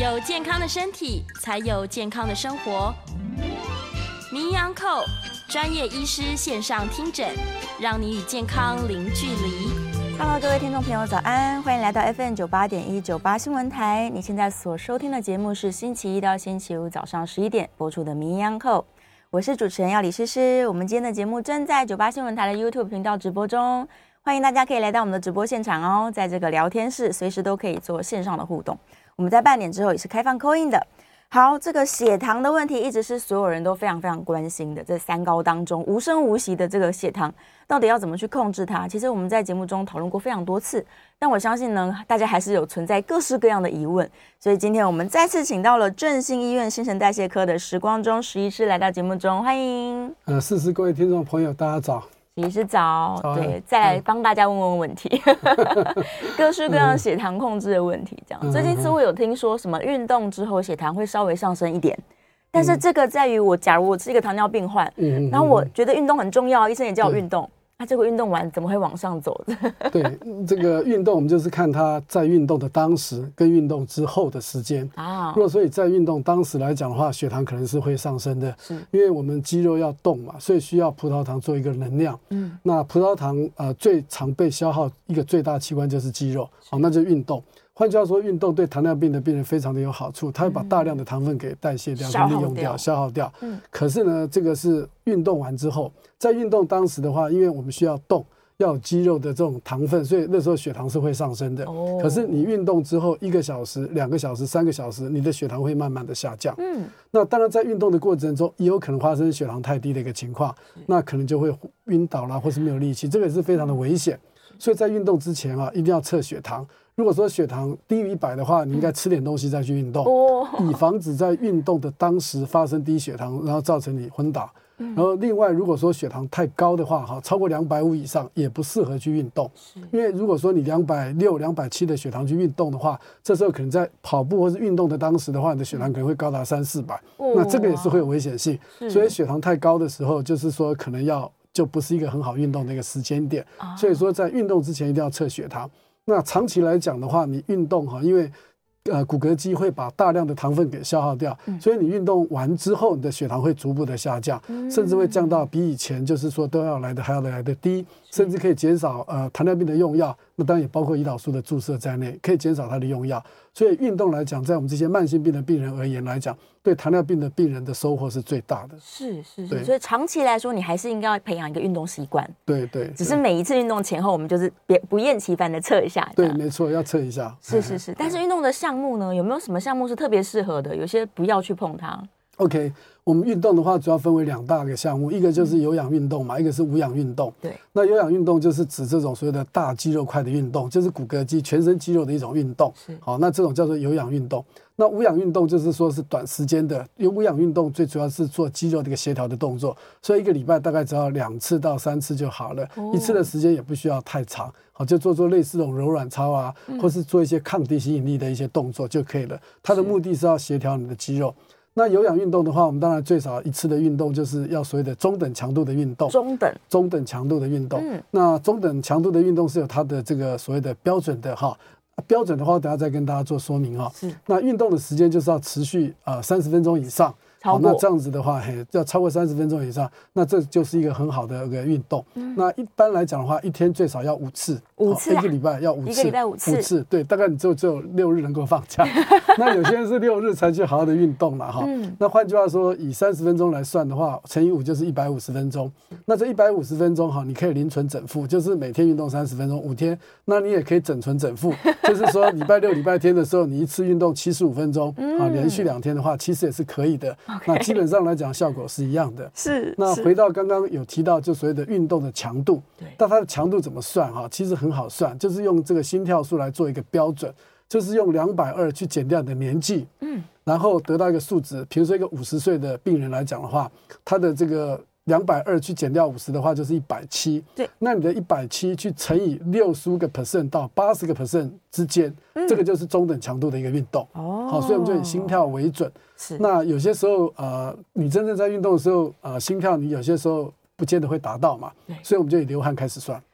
有健康的身体，才有健康的生活。名医安扣专业医师线上听诊，让你与健康零距离。 Hello， 各位听众朋友，早安！欢迎来到 FM 98.198新闻台。你现在所收听的节目是星期一到星期五早上11点播出的名医安扣，我是主持人要李诗诗。我们今天的节目正在98新闻台的 YouTube 频道直播中，欢迎大家可以来到我们的直播现场哦，在这个聊天室随时都可以做线上的互动。我们在半点之后也是开放 call in 的。好，这个血糖的问题一直是所有人都非常非常关心的，这三高当中无声无息的这个血糖到底要怎么去控制它？其实我们在节目中讨论过非常多次，但我相信呢，大家还是有存在各式各样的疑问，所以今天我们再次请到了振兴医院新陈代谢科的石光中石医师来到节目中，欢迎。 诗诗，各位听众朋友，大家早。 石医师早，对，再来帮大家问问题，各式各样血糖控制的问题。这样，最近似乎有听说什么运动之后血糖会稍微上升一点，但是这个在于假如我是一个糖尿病患，然后我觉得运动很重要，医生也叫我运动。那这个运动完怎么会往上走？ 对，这个运动我们就是看他在运动的当时跟运动之后的时间啊。如果所以在运动当时来讲的话，血糖可能是会上升的，因为我们肌肉要动嘛，所以需要葡萄糖做一个能量。那葡萄糖最常被消耗一个最大器官就是肌肉，好，那就运动。换句话说，运动对糖尿病的病人非常的有好处，它会把大量的糖分给代谢掉、利用掉、消耗掉。可是呢，这个是运动完之后，在运动当时的话，因为我们需要动，要有肌肉的这种糖分，所以那时候血糖是会上升的。可是你运动之后1个小时、2个小时、3个小时，你的血糖会慢慢的下降。那当然在运动的过程中，也有可能发生血糖太低的一个情况，那可能就会晕倒啦，或是没有力气，这个也是非常的危险。所以在运动之前啊，一定要测血糖。如果说血糖低于100的话，你应该吃点东西再去运动，以防止在运动的当时发生低血糖，然后造成你昏倒。然后另外，如果说血糖太高的话，超过250以上也不适合去运动，因为如果说你260、270的血糖去运动的话，这时候可能在跑步或是运动的当时的话，你的血糖可能会高达300-400，那这个也是会有危险性。所以血糖太高的时候，就是说可能就不是一个很好运动的一个时间点。所以说在运动之前一定要测血糖。那长期来讲的话，你运动因为骨骼肌会把大量的糖分给消耗掉，所以你运动完之后，你的血糖会逐步的下降，甚至会降到比以前就是说都要来的低，甚至可以减少糖尿病的用药，那当然也包括胰岛素的注射在内，可以减少它的用药。所以运动来讲，在我们这些慢性病的病人而言来讲，对糖尿病的病人的收获是最大的。是， 所以长期来说，你还是应该要培养一个运动习惯。 对， 只是每一次运动前后，我们就是不厌其烦的测一下。 对，没错，要测一下。 是。但是运动的项目呢，有没有什么项目是特别适合的？有些不要去碰它。 OK， 我们运动的话主要分为2大个项目，一个就是有氧运动嘛，一个是无氧运动。 对， 那有氧运动就是指这种所谓的大肌肉块的运动，就是骨骼肌、全身肌肉的一种运动。好，那这种叫做有氧运动。那无氧运动就是说是短时间的，因为无氧运动最主要是做肌肉的一个协调的动作，所以1个礼拜大概只要2次到3次就好了，一次的时间也不需要太长。好，就做类似这种柔软操啊，或是做一些抗地心引力的一些动作就可以了。它的目的是要协调你的肌肉。那有氧运动的话，我们当然最少一次的运动就是要所谓的中等强度的运动。中等强度的运动。那中等强度的运动是有它的这个所谓的标准的标准的话，等一下再跟大家做说明那运动的时间就是要持续30分钟以上。好，那这样子的话，要超过30分钟以上，那这就是一个很好的一个运动。那一般来讲的话，一天最少要5次，1个礼拜要5次， 一个礼拜5次， 对，大概你只有6日能够放假。那有些人是6日才去好好的运动了那换句话说，以30分钟来算的话，乘以5就是150分钟。那这150分钟你可以零存整付，就是每天运动30分钟，5天，那你也可以整存整付，就是说礼拜6、礼拜天的时候，你一次运动75分钟连续2天的话，其实也是可以的。那基本上来讲，效果是一样的。那回到刚刚有提到，就所谓的运动的强度，但它的强度怎么算其实很好算，就是用这个心跳数来做一个标准，就是用220去减掉你的年纪，然后得到一个数值。比如说一个50岁的病人来讲的话，他的这个220去减掉50的话，就是170。 对， 那你的170去乘以60% 到80% 之间，这个就是中等强度的一个运动。好，所以我们就以心跳为准。那有些时候你真正在运动的时候心跳你有些时候不见得会达到嘛，所以我们就以流汗开始算。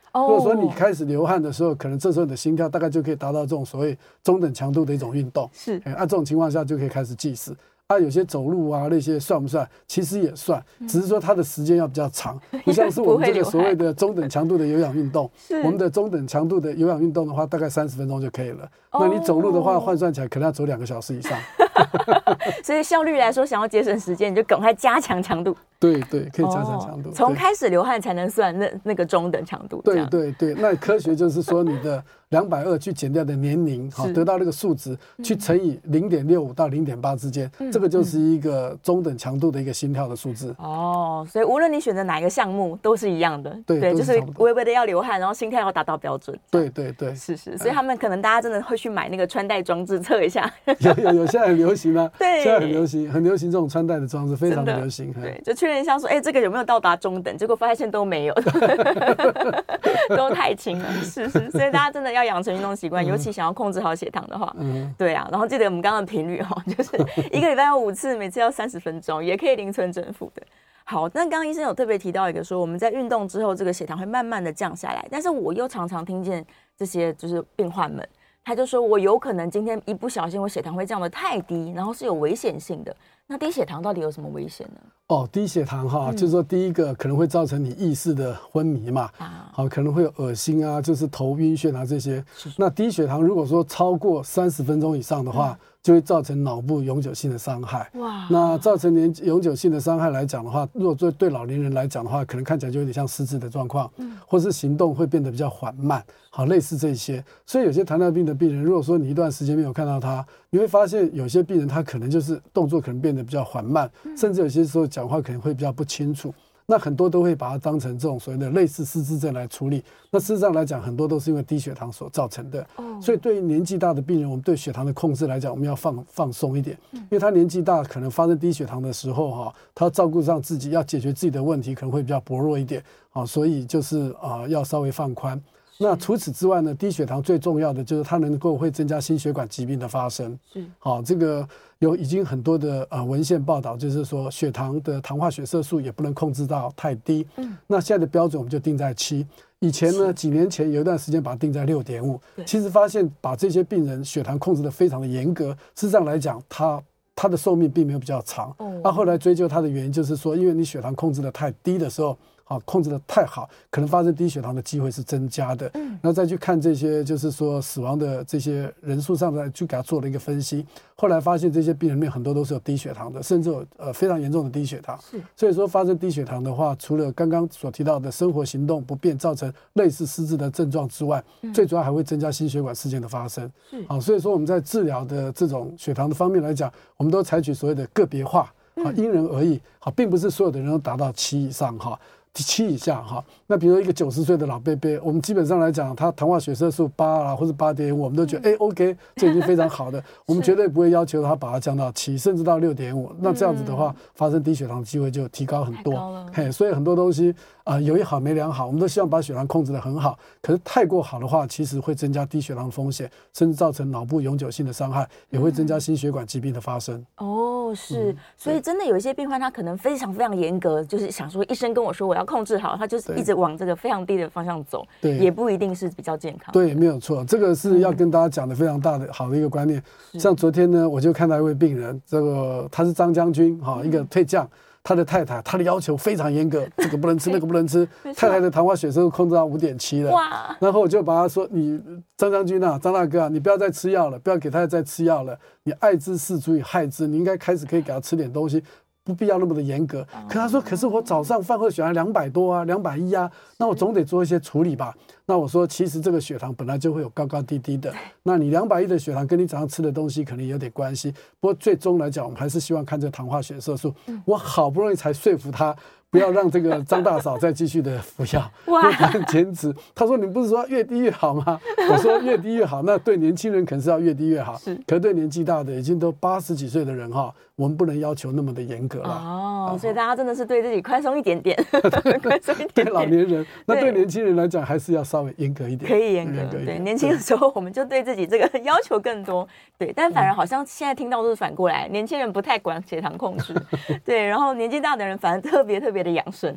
如果说你开始流汗的时候，可能这时候你的心跳大概就可以达到这种所谓中等强度的一种运动， 是， 这种情况下就可以开始计时。有些走路啊那些算不算？其实也算，只是说它的时间要比较长，不像是我们这个所谓的中等强度的有氧运动。我们的中等强度的有氧运动的话，大概30分钟就可以了。那你走路的话，换算起来可能要走2个小时以上。 所以效率来说，想要节省时间，你就赶快加强强度。 对，可以加强强度。 从开始流汗才能算那个中等强度。 对，那科学就是说你的220去减掉的年龄，得到那个数值，去乘以0.65到0.8之间，这个就是一个中等强度的一个心跳的数字。 所以无论你选择哪一个项目，都是一样的。对，就是微微的要流汗，然后心跳要达到标准。 对， 是。所以他们可能大家真的会去买那个穿戴装置测一下。 有，现在很流行啊。 对， 现在很流行这种穿戴的装置，非常的流行。 对，就确认一下说，这个有没有到达中等？结果发现都没有，都太轻了。是，所以大家真的要养成运动习惯，尤其想要控制好血糖的话，对啊。然后记得我们刚刚的频率就是1个礼拜要5次，每次要30分钟，也可以零存整付的。好，那刚刚医生有特别提到一个说，我们在运动之后，这个血糖会慢慢的降下来，但是我又常常听见这些就是病患们，他就说我有可能今天一不小心我血糖会降得太低，然后是有危险性的。那低血糖到底有什么危险呢？ 低血糖就是说第一个可能会造成你意识的昏迷嘛，可能会有恶心啊，就是头晕眩啊这些。那低血糖如果说超过30分钟以上的话，就会造成脑部永久性的伤害。那造成永久性的伤害来讲的话，如果对老年人来讲的话，可能看起来就有点像失智的状况，或是行动会变得比较缓慢，类似这些。所以有些糖尿病的病人，如果说你一段时间没有看到他，你会发现有些病人他可能就是动作可能变得比较缓慢，甚至有些时候讲话可能会比较不清楚。那很多都会把它当成这种所谓的类似失智症来处理。那事实上来讲，很多都是因为低血糖所造成的。所以对于年纪大的病人，我们对血糖的控制来讲，我们要放松一点，因为他年纪大，可能发生低血糖的时候，他要照顾上自己，要解决自己的问题，可能会比较薄弱一点。所以就是要稍微放宽。那除此之外呢，低血糖最重要的就是它能够会增加心血管疾病的发生。这个已经很多的文献报道，就是说血糖的糖化血色素也不能控制到太低。那现在的标准我们就定在7。以前呢，几年前有一段时间把它定在6.5。其实发现把这些病人血糖控制得非常的严格，事实上来讲，他的寿命并没有比较长。后来追究他的原因，就是说，因为你血糖控制得太低的时候，控制得太好，可能发生低血糖的机会是增加的。然后再去看这些就是说死亡的这些人数上来去给他做了一个分析，后来发现这些病人里面很多都是有低血糖的，甚至有非常严重的低血糖。所以说发生低血糖的话，除了刚刚所提到的生活行动不便造成类似失智的症状之外，最主要还会增加心血管事件的发生。所以说我们在治疗的这种血糖的方面来讲，我们都采取所谓的个别化，因人而异，并不是所有的人都达到7以上7以下那比如一个90岁的老伯伯，我们基本上来讲，他糖化血色素8或者8.5，我们都觉得OK， 这已经非常好的，我们绝对不会要求他把它降到7，甚至到6.5。那这样子的话，发生低血糖的机会就提高很多。所以很多东西有一好没两好，我们都希望把血糖控制得很好，可是太过好的话，其实会增加低血糖的风险，甚至造成脑部永久性的伤害，也会增加心血管疾病的发生。 是，所以真的有一些病患他可能非常非常严格，就是想说医生跟我说我要控制好，他就是一直往这个非常低的方向走，也不一定是比较健康。 对，没有错，这个是要跟大家讲的非常好的一个观念。像昨天呢，我就看到一位病人，他是张将军一个退将。他的太太，他的要求非常严格，这个不能吃，那个不能吃。太太的糖化血色素控制到5.7了。然后我就把他说：“你张将军啊，张大哥啊，你不要再吃药了，不要给太太再吃药了。你爱之是足以害之，你应该开始可以给他吃点东西，不必要那么的严格。”可他说：“可是我早上饭后血糖200多啊，210啊，那我总得做一些处理吧。”那我说，其实这个血糖本来就会有高高低低的，那你210的血糖跟你早上吃的东西可能有点关系。不过最终来讲，我们还是希望看这个糖化血色素。我好不容易才说服他，不要让这个张大嫂再继续的服药，不减脂。他说：“你不是说越低越好吗？”我说：“越低越好。”那对年轻人可能是要越低越好，可是对年纪大的，已经都80几岁的人我们不能要求那么的严格了。 所以大家真的是对自己宽松一点点，宽松一点点。 对老年人，那对年轻人来讲，还是要稍微严格一点。 可以严格，对，年轻的时候我们就对自己这个要求更多，对，但反而好像现在听到都是反过来，年轻人不太管血糖控制，对，然后年纪大的人反而特别的养生。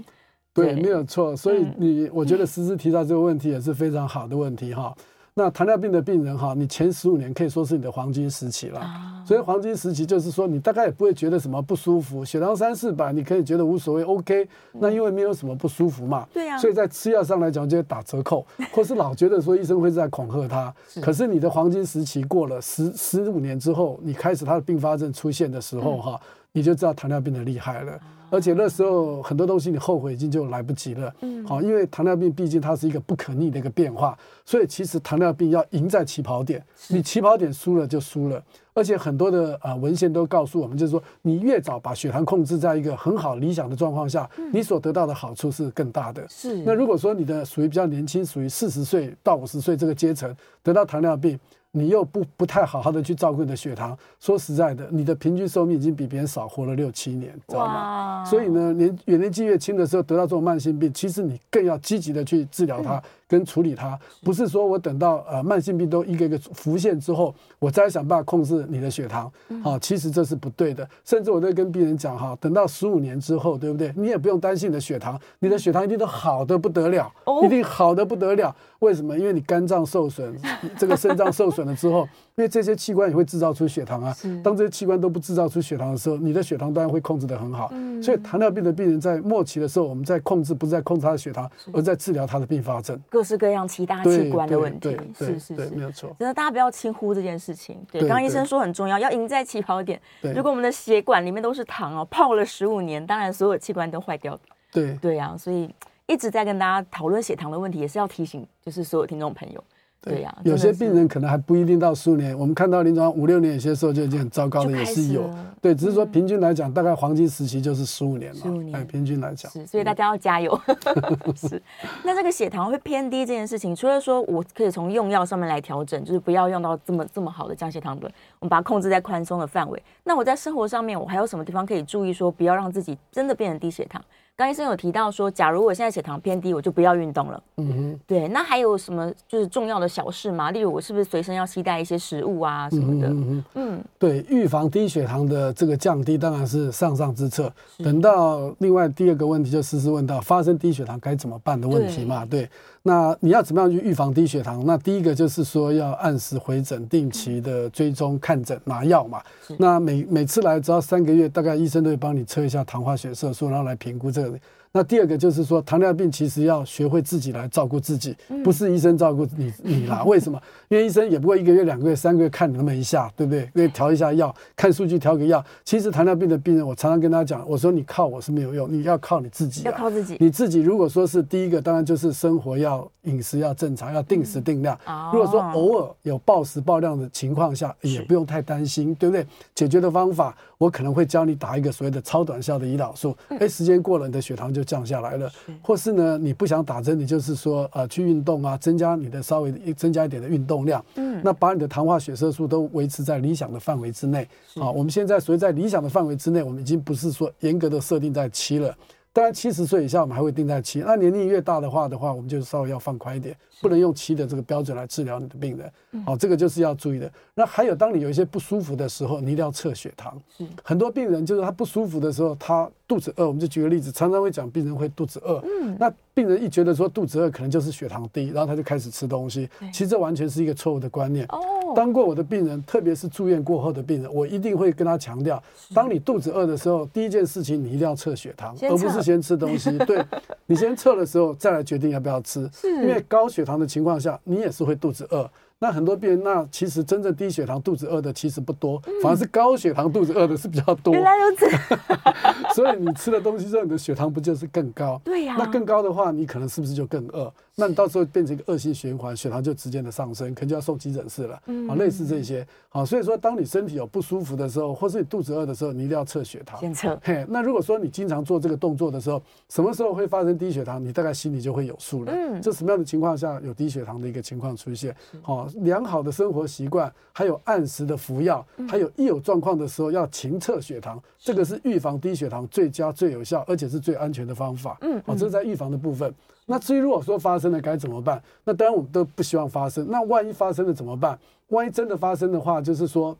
对，没有错。所以我觉得思思提到这个问题也是非常好的问题哈。那糖尿病的病人哈，你前15年可以说是你的黄金时期了。所以黄金时期就是说，你大概也不会觉得什么不舒服，血糖300、400，你可以觉得无所谓 OK。那因为没有什么不舒服嘛， 对啊， 所以在吃药上来讲就会打折扣，或是老觉得说医生会在恐吓他。可是你的黄金时期过了15年之后，你开始他的并发症出现的时候哈，你就知道糖尿病的厉害了。而且那时候很多东西你后悔已经就来不及了。好，因为糖尿病毕竟它是一个不可逆的一个变化，所以其实糖尿病要赢在起跑点，你起跑点输了就输了。而且很多的文献都告诉我们，就是说你越早把血糖控制在一个很好理想的状况下，你所得到的好处是更大的。是。那如果说你的属于比较年轻，属于40岁到50岁这个阶层得到糖尿病，你又不太好好的去照顾你的血糖，说实在的，你的平均寿命已经比别人少活了6、7年，知道吗？所以呢，年纪越轻的时候得到这种慢性病，其实你更要积极的去治疗它跟处理它，不是说我等到慢性病都一个一个浮现之后，我再想办法控制你的血糖，其实这是不对的。甚至我都跟病人讲哈，等到15年之后，对不对？你也不用担心你的血糖，你的血糖一定都好的不得了，一定好的不得了。为什么？因为你肝脏受损，这个肾脏受损了之后，因为这些器官也会制造出血糖啊。当这些器官都不制造出血糖的时候，你的血糖当然会控制得很好。所以糖尿病的病人在末期的时候，我们在控制，不是在控制他的血糖，而在治疗他的并发症， 各式各样其他器官的问题。是， 没有错。 真的，大家不要轻忽这件事情。对，刚刚医生说很重要，要赢在起跑点。如果我们的血管里面都是糖哦，泡了15年，当然所有器官都坏掉。对啊，所以一直在跟大家讨论血糖的问题，也是要提醒，就是所有听众朋友。对呀， 有些病人可能还不一定到15年，我们看到临床5、6年，有些时候就已经很糟糕的也是有。对，只是说平均来讲，大概黄金时期就是15年了。平均来讲， 所以大家要加油。是，那这个血糖会偏低这件事情，除了说我可以从用药上面来调整，就是不要用到这么好的降血糖的，我们把它控制在宽松的范围。那我在生活上面，我还有什么地方可以注意，说不要让自己真的变成低血糖？刚医生有提到说，假如我现在血糖偏低，我就不要运动了。对，那还有什么就是重要的小事吗？例如我是不是随身要携带一些食物啊什么的？ 对，预防低血糖的这个降低当然是上之策。等到另外第二个问题，就思思问到发生低血糖该怎么办的问题嘛？对，那你要怎么样去预防低血糖？那第一个就是说要按时回诊，定期的追踪看诊拿药嘛。那每次来只要3个月，大概医生都会帮你测一下糖化血色素，然后来评估这个。那第二个就是说，糖尿病其实要学会自己来照顾自己，不是医生照顾你啦。为什么？因为医生也不会1个月、2个月、3个月看你那么一下，对不对？因为调一下药，看数据调个药。其实糖尿病的病人，我常常跟他讲，我说你靠我是没有用，你要靠你自己， 要靠自己。 你自己如果说是第一个，当然就是生活饮食要正常，要定时定量。如果说偶尔有暴食暴量的情况下，也不用太担心，对不对？解决的方法，我可能会教你打一个所谓的超短效的胰岛素，时间过了，你的血糖就降下来了。或是呢，你不想打针，你就是说去运动啊，稍微增加一点的运动量，那把你的糖化血色素都维持在理想的范围之内。我们现在所谓在理想的范围之内，我们已经不是说严格的设定在7了。当然70岁以下我们还会定在7，那年龄越大的话，我们就稍微要放宽一点，不能用7的这个标准来治疗你的病人。这个就是要注意的。那还有，当你有一些不舒服的时候，你一定要测血糖。很多病人就是他不舒服的时候，他肚子饿，我们就举个例子，常常会讲病人会肚子饿。那病人一觉得说肚子饿，可能就是血糖低，然后他就开始吃东西。其实这完全是一个错误的观念。当过我的病人，特别是住院过后的病人，我一定会跟他强调，当你肚子饿的时候，第一件事情你一定要测血糖，而不是先吃东西。对，你先测的时候再来决定要不要吃。因为高血糖的情况下，你也是会肚子饿。那很多病人，那其实真正低血糖肚子饿的其实不多，反而是高血糖肚子饿的是比较多。 原来如此。 所以你吃了东西之后，你的血糖不就是更高？ 对呀。 那更高的话，你可能是不是就更饿？那你到时候变成一个恶性循环，血糖就直接的上升，可能就要送急诊室了。类似这些。所以说当你身体有不舒服的时候，或是你肚子饿的时候，你一定要测血糖。 先测。 那如果说你经常做这个动作的时候，什么时候会发生低血糖，你大概心里就会有数了。这什么样的情况下有低血糖的一个情况出现？良好的生活习惯，还有按时的服药，还有一有状况的时候要勤测血糖，这个是预防低血糖最佳、最有效，而且是最安全的方法。这是在预防的部分。那至于如果说发生了该怎么办？那当然我们都不希望发生。那万一发生了怎么办？万一真的发生的话，就是说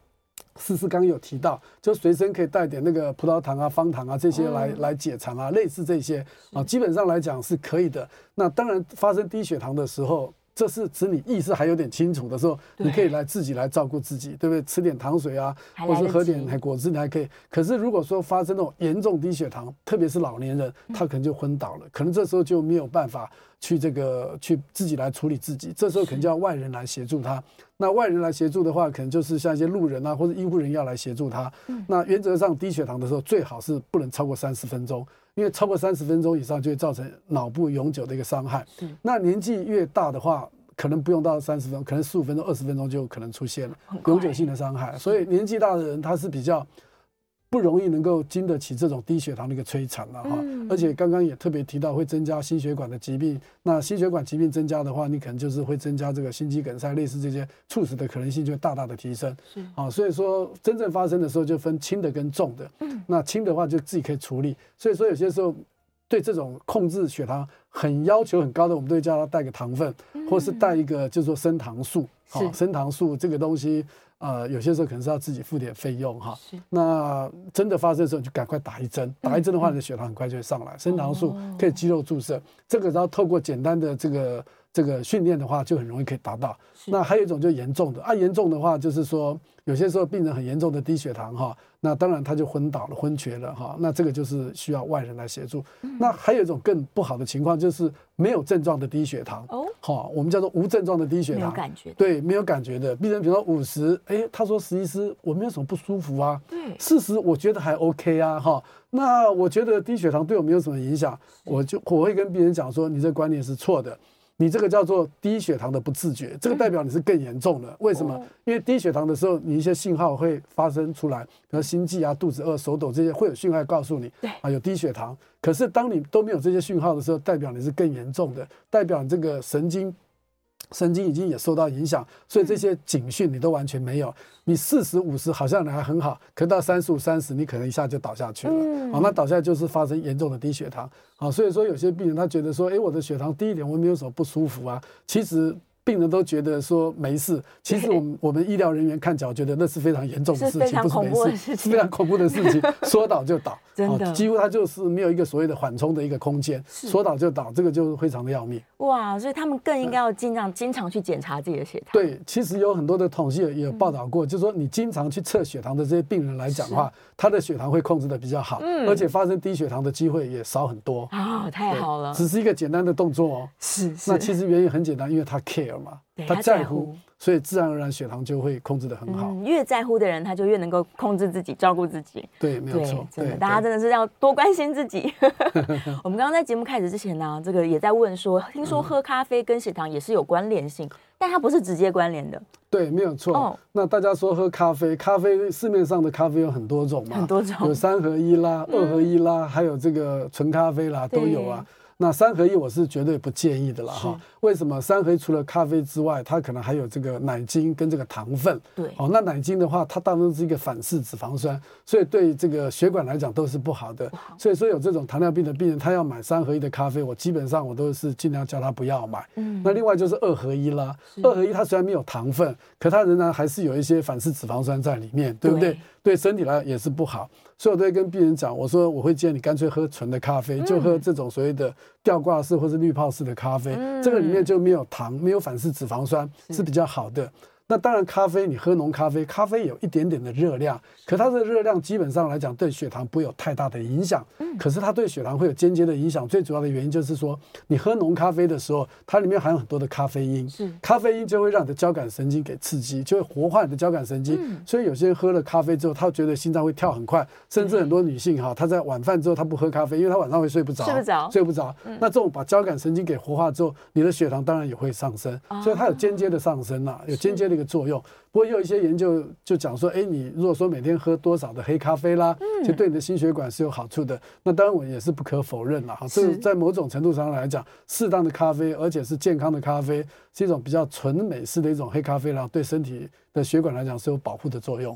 思思刚有提到，就随身可以带点那个葡萄糖啊、方糖啊这些来解馋啊，类似这些啊，基本上来讲是可以的。那当然发生低血糖的时候，这是指你意识还有点清楚的时候，你可以自己来照顾自己，对不对？吃点糖水啊，或是喝点果汁，你还可以。可是如果说发生那种严重低血糖，特别是老年人，他可能就昏倒了，可能这时候就没有办法去自己来处理自己，这时候可能就要外人来协助他。那外人来协助的话，可能就是像一些路人啊，或者医护人要来协助他。那原则上低血糖的时候，最好是不能超过30分钟。因为超过30分钟以上就会造成脑部永久的一个伤害。那年纪越大的话，可能不用到30分钟，可能15分钟、20分钟就可能出现了永久性的伤害。所以年纪大的人他是比较不容易能够经得起这种低血糖的一个摧残了哈。而且刚刚也特别提到会增加心血管的疾病，那心血管疾病增加的话，你可能就是会增加这个心肌梗塞类似这些猝死的可能性就会大大的提升。所以说真正发生的时候就分轻的跟重的。那轻的话就自己可以处理。所以说有些时候对这种控制血糖很要求很高的，我们都会叫他带个糖分，或是带一个就是说升糖素。升糖素这个东西有些时候可能是要自己付点费用哈。那真的发生的时候，你就赶快打一针，打一针的话，你的血糖很快就会上来。升糖素可以肌肉注射，这个然后透过简单的这个训练的话，就很容易可以达到。那还有一种就严重的严重的话就是说，有些时候病人很严重的低血糖哈，那当然他就昏倒了、昏厥了哈，那这个就是需要外人来协助。那还有一种更不好的情况，就是没有症状的低血糖我们叫做无症状的低血糖，没有感觉，对，没有感觉的病人，比如说50，他说石医师我没有什么不舒服啊，40我觉得还 OK 啊哈，那我觉得低血糖对我没有什么影响，我会跟病人讲说，你这个观念是错的。你这个叫做低血糖的不自觉，这个代表你是更严重的。为什么？因为低血糖的时候，你一些信号会发生出来，比如心悸啊、肚子饿、手抖这些，会有讯号告诉你有低血糖。可是当你都没有这些讯号的时候，代表你是更严重的，代表你这个神经已经也受到影响，所以这些警讯你都完全没有。你40、50好像你还很好，可到35、30你可能一下就倒下去了。那倒下来就是发生严重的低血糖。所以说有些病人他觉得说，我的血糖低一点，我没有什么不舒服啊。其实病人都觉得说没事，其实我们医疗人员看起来觉得那是非常严重的事情，不是没事，是非常恐怖的事情，说倒就倒，真的，几乎它就是没有一个所谓的缓冲的一个空间，说倒就倒，这个就非常的要命。哇，所以他们更应该要经常去检查自己的血糖。对，其实有很多的统计也有报道过，就是说你经常去测血糖的这些病人来讲的话，他的血糖会控制的比较好，而且发生低血糖的机会也少很多。太好了，只是一个简单的动作哦。是，那其实原因很简单，因为他 care 嘛，他在乎，所以自然而然血糖就会控制得很好。越在乎的人，他就越能够控制自己、照顾自己。对，没有错。真的，大家真的是要多关心自己。我们刚刚在节目开始之前呢，这个也在问说，听说喝咖啡跟血糖也是有关联性，但它不是直接关联的。对，没有错。那大家说喝咖啡，市面上的咖啡有很多种嘛，很多种，有3合1啦、2合1啦，还有这个纯咖啡啦，都有啊。那3合1我是绝对不建议的啦哈。为什么3合1除了咖啡之外，它可能还有这个奶精跟这个糖分。对，那奶精的话，它当然是一个反式脂肪酸，所以对这个血管来讲都是不好的。所以说有这种糖尿病的病人，他要买3合1的咖啡，我基本上我都是尽量叫他不要买。那另外就是2合1啦，2合1它虽然没有糖分，可它仍然还是有一些反式脂肪酸在里面，对不对？对身体来也是不好。所以我都会跟病人讲，我说我会建议你干脆喝纯的咖啡，就喝这种所谓的吊挂式或是滤泡式的咖啡，这个里面就没有糖，没有反式脂肪酸，是比较好的。那当然咖啡你喝浓咖啡，咖啡有一点点的热量，可它的热量基本上来讲对血糖不会有太大的影响，可是它对血糖会有间接的影响。最主要的原因就是说，你喝浓咖啡的时候，它里面含有很多的咖啡因，咖啡因就会让你的交感神经给刺激，就会活化你的交感神经。所以有些人喝了咖啡之后，他觉得心脏会跳很快，甚至很多女性她在晚饭之后她不喝咖啡，因为她晚上会睡不着。那这种把交感神经给活化之后，你的血糖当然也会上升，所以它有间接的上升啦，有间接的一个作用。不过也有一些研究就讲说，你如果说每天喝多少的黑咖啡啦，就对你的心血管是有好处的。那当然我也是不可否认啦，这在某种程度上来讲，适当的咖啡，而且是健康的咖啡，是一种比较纯美式的一种黑咖啡啦，对身体的血管来讲是有保护的作用。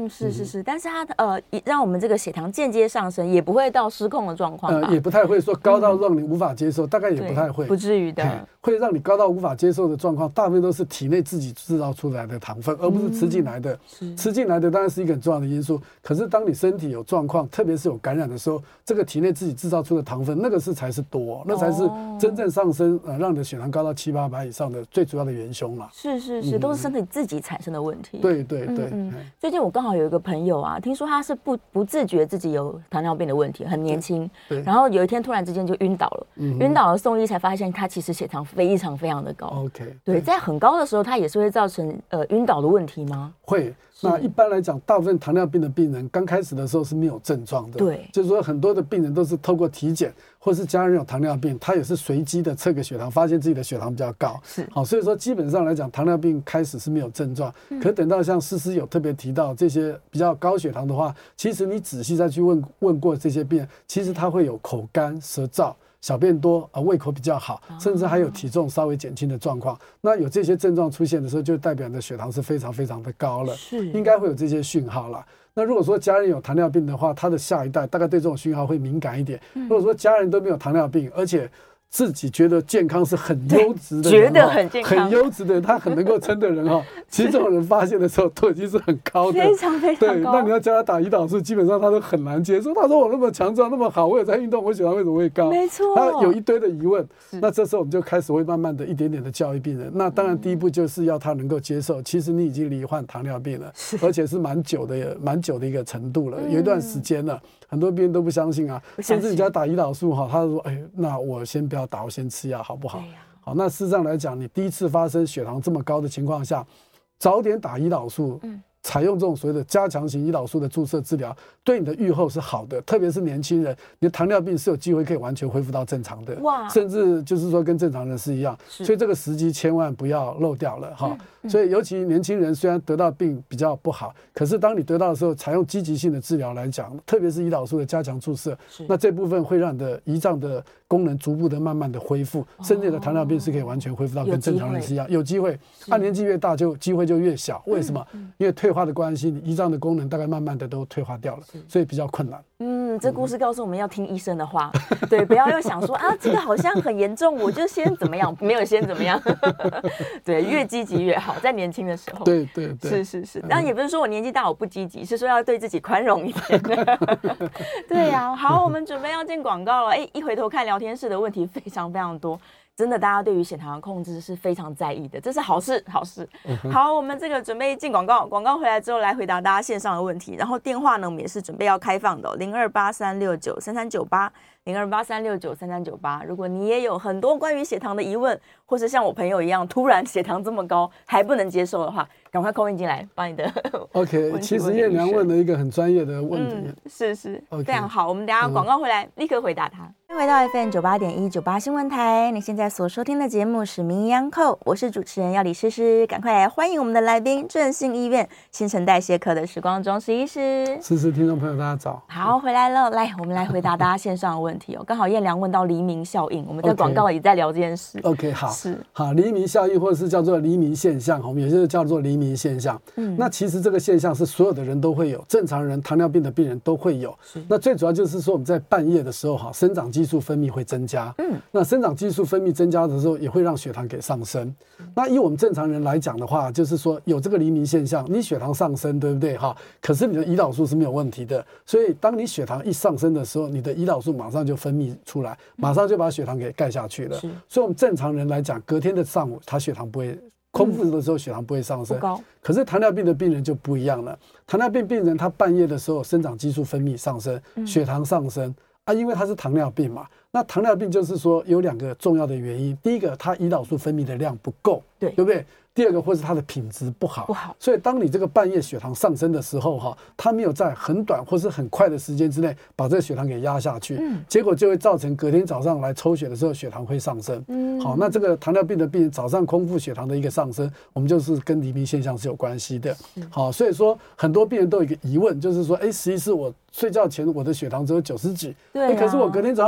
是，但是它让我们这个血糖间接上升，也不会到失控的状况吧？ 也不太会说高到让你无法接受，大概也不太会， 不至于的。 会让你高到无法接受的状况，大部分都是体内自己制造出来的糖分，而不是吃进来的。吃进来的当然是一个很重要的因素，可是当你身体有状况，特别是有感染的时候，这个体内自己制造出的糖分，那个才是多，那才是真正上升让你的血糖高到700、800以上的最主要的元凶啦。 是，都是身体自己产生的问题。 对。 最近我刚好有一个朋友啊，听说他是不自觉自己有糖尿病的问题，很年轻，然后有一天突然之间就晕倒了，晕倒了送医才发现他其实血糖非常非常的高。 OK， 对，在很高的时候，它也是会造成晕倒的问题吗？ 会。那一般来讲，大部分糖尿病的病人刚开始的时候是没有症状的。 对， 就是说很多的病人都是透过体检，或是家人有糖尿病，他也是随机的测个血糖，发现自己的血糖比较高。好，所以说基本上来讲，糖尿病开始是没有症状，可等到像诗诗有特别提到这些比较高血糖的话，其实你仔细再去问过这些病人，其实他会有口干、舌燥、小便多，胃口比较好，甚至还有体重稍微减轻的状况。那有这些症状出现的时候，就代表你的血糖是非常非常的高了，应该会有这些讯号啦。那如果说家人有糖尿病的话，他的下一代大概对这种讯号会敏感一点。如果说家人都没有糖尿病，而且自己觉得健康是很优质的人， 觉得很健康、 很优质的人，他很能够撑的人其实这种人发现的时候都已经是很高的， 非常非常高。 对，那你要叫他打胰岛素，基本上他都很难接受。他说我那么强壮，那么好，我有在运动，我血糖为什么会高？ 没错， 他有一堆的疑问。那这时候我们就开始会慢慢的一点点的教育病人。那当然第一步就是要他能够接受，其实你已经罹患糖尿病了，而且是蛮久的一个程度了，有一段时间了。很多病人都不相信啊，甚至你叫他打胰岛素他说那我先不要打，我先吃药好不好？好，那事实上来讲，你第一次发生血糖这么高的情况下，早点打胰岛素，采用这种所谓的加强型胰岛素的注射治疗，对你的预后是好的，特别是年轻人，你的糖尿病是有机会可以完全恢复到正常的，甚至就是说跟正常人是一样，所以这个时机千万不要漏掉了哈。所以尤其年轻人虽然得到病比较不好，可是当你得到的时候，采用积极性的治疗来讲，特别是胰岛素的加强注射，那这部分会让你的胰脏的功能逐步的慢慢的恢复，甚至你的糖尿病是可以完全恢复到跟正常人是一样，有机会。按年纪越大就机会就越小，为什么？因为退化的关系，你胰脏的功能大概慢慢的都退化掉了，所以比较困难。 这故事告诉我们要听医生的话，对，不要又想说这个好像很严重，我就先怎么样，没有先怎么样，对，越积极越好，在年轻的时候， 对， 是，但也不是说我年纪大我不积极，是说要对自己宽容一点。对呀，好，我们准备要进广告了，一回头看聊天室的问题非常非常多。真的，大家对于血糖的控制是非常在意的，这是好事，好事。好，我们这个准备进广告，广告回来之后来回答大家线上的问题，然后电话呢，我们也是准备要开放的，0283693398，0283693398。如果你也有很多关于血糖的疑问，或是像我朋友一样突然血糖这么高还不能接受的话，赶快call in进来，帮你的 OK。其实燕良问了一个很专业的问题， 是非常好。我们等一下广告回来立刻回答他。 欢迎回到 FM98.1 98新闻台，你现在所收听的节目是名医央叩，我是主持人要李诗诗，赶快来欢迎我们的来宾，振兴医院新陈代谢科的时光中医师。 诗诗，听众朋友大家早。 好，回来了，来，我们来回答大家线上的问题刚好燕良问到黎明效应，我们在广告里在聊这件事。 OK， 好，黎明效应或者是叫做黎明现象，我们有些叫做黎明现象。那其实这个现象是所有的人都会有，正常人、糖尿病的病人都会有。那最主要就是说我们在半夜的时候生长激素分泌会增加，那生长激素分泌增加的时候，也会让血糖给上升。那以我们正常人来讲的话，就是说有这个黎明现象，你血糖上升，对不对哈？可是你的胰岛素是没有问题的，所以当你血糖一上升的时候，你的胰岛素马上就分泌出来，马上就把血糖给盖下去了。所以我们正常人来讲，隔天的上午，他血糖不会。空腹的时候血糖不会上升，可是糖尿病的病人就不一样了。糖尿病病人他半夜的时候生长激素分泌上升，血糖上升因为他是糖尿病嘛。那糖尿病就是说有两个重要的原因，第一个他胰岛素分泌的量不够，对不对？第二个或是它的品质不好，所以当你这个半夜血糖上升的时候它没有在很短或是很快的时间之内把这个血糖给压下去，结果就会造成隔天早上来抽血的时候血糖会上升。好，那这个糖尿病的病人早上空腹血糖的一个上升，我们就是跟黎明现象是有关系的。好，所以说很多病人都有一个疑问，就是说实际是我睡觉前我的血糖只有90几，可是我隔天早上血糖